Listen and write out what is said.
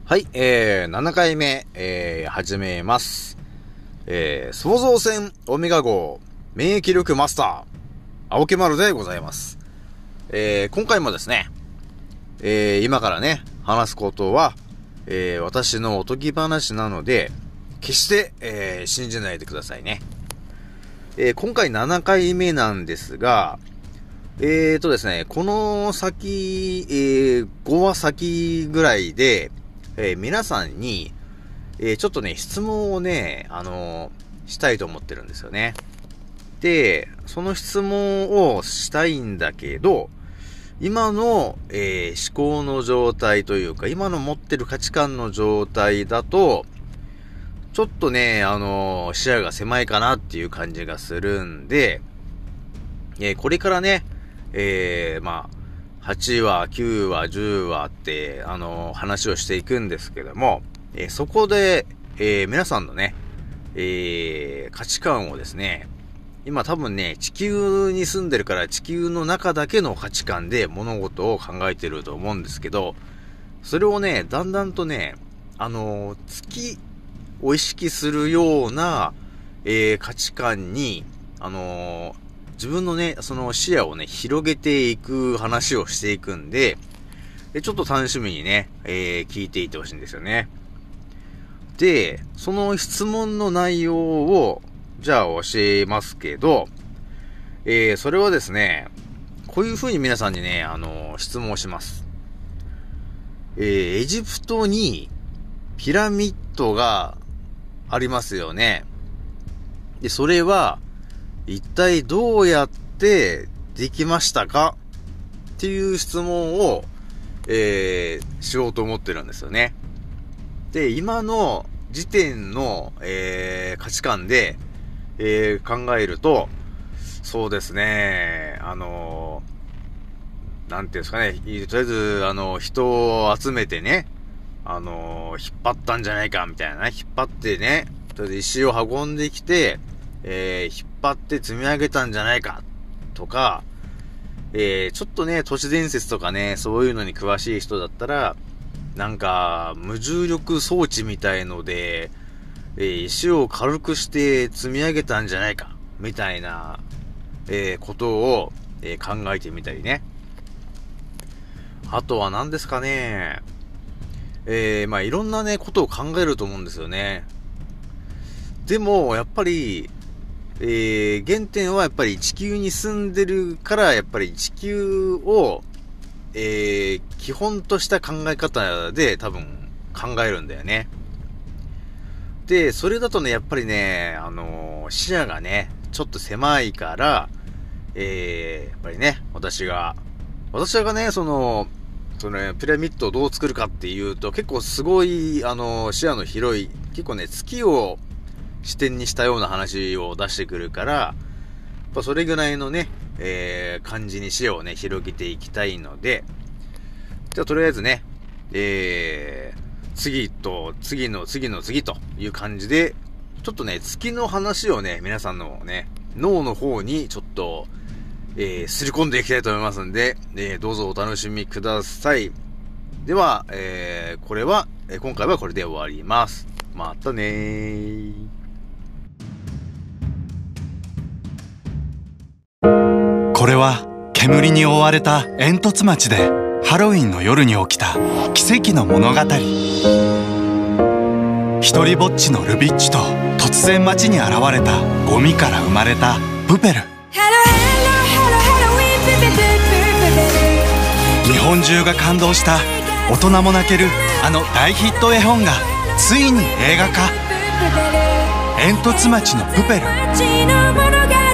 はい、7回目、始めます。創造船オメガ号免疫力マスター、青木丸でございます。今回もですね、今からね、話すことは、私のおとぎ話なので、決して、信じないでくださいね。今回7回目なんですが、ですね、この先、5話先ぐらいで、皆さんに、ちょっとね、質問をね、したいと思ってるんですよね。で、その質問をしたいんだけど、今の、思考の状態というか、今の持ってる価値観の状態だと、ちょっとね、視野が狭いかなっていう感じがするんで、これからね、8話、9話、10話って、話をしていくんですけども、そこで、皆さんのね、価値観をですね、今多分ね、地球に住んでるから地球の中だけの価値観で物事を考えてると思うんですけど、それをね、だんだんとね、月を意識するような、価値観に、自分のね、その視野をね、広げていく話をしていくんで、ちょっと楽しみにね、聞いていってほしいんですよね。で、その質問の内容を、じゃあ教えますけど、それはですね、こういう風に皆さんにね、質問をします。エジプトにピラミッドがありますよね。で、それは、一体どうやってできましたかっていう質問を、しようと思ってるんですよね。で、今の時点の、価値観で、考えると、そうですね、なんていうんですかね、とりあえず、人を集めてね、引っ張ったんじゃないかみたいなね、引っ張ってね、とりあえず石を運んできて、引っ張って積み上げたんじゃないかとか、ちょっとね、都市伝説とかね、そういうのに詳しい人だったら、なんか、無重力装置みたいので、石を軽くして積み上げたんじゃないか、みたいな、ことを、考えてみたりね。あとは何ですかね。いろんなね、ことを考えると思うんですよね。でも、やっぱり、原点はやっぱり地球に住んでるから、やっぱり地球を、基本とした考え方で多分考えるんだよね。で、それだとね、やっぱりね、視野がね、ちょっと狭いから、やっぱりね、私がね、そのピラミッドをどう作るかっていうと、結構すごい、視野の広い、結構ね、月を視点にしたような話を出してくるから、やっぱそれぐらいのね、感じに視野をね、広げていきたいので、じゃあとりあえずね、次と次の次の次という感じで、ちょっとね、月の話をね、皆さんのね、脳の方にちょっと、すり込んでいきたいと思いますんで、どうぞお楽しみください。では、今回はこれで終わります。またねー。 これは煙に覆われた煙突町でハロウィンの夜に起きた奇跡の物語。一人ぼっちのルビッチと突然街に現れたゴミから生まれたプペル。日本中が感動した大人も泣けるあの大ヒット絵本がついに映画化。煙突町のプペル。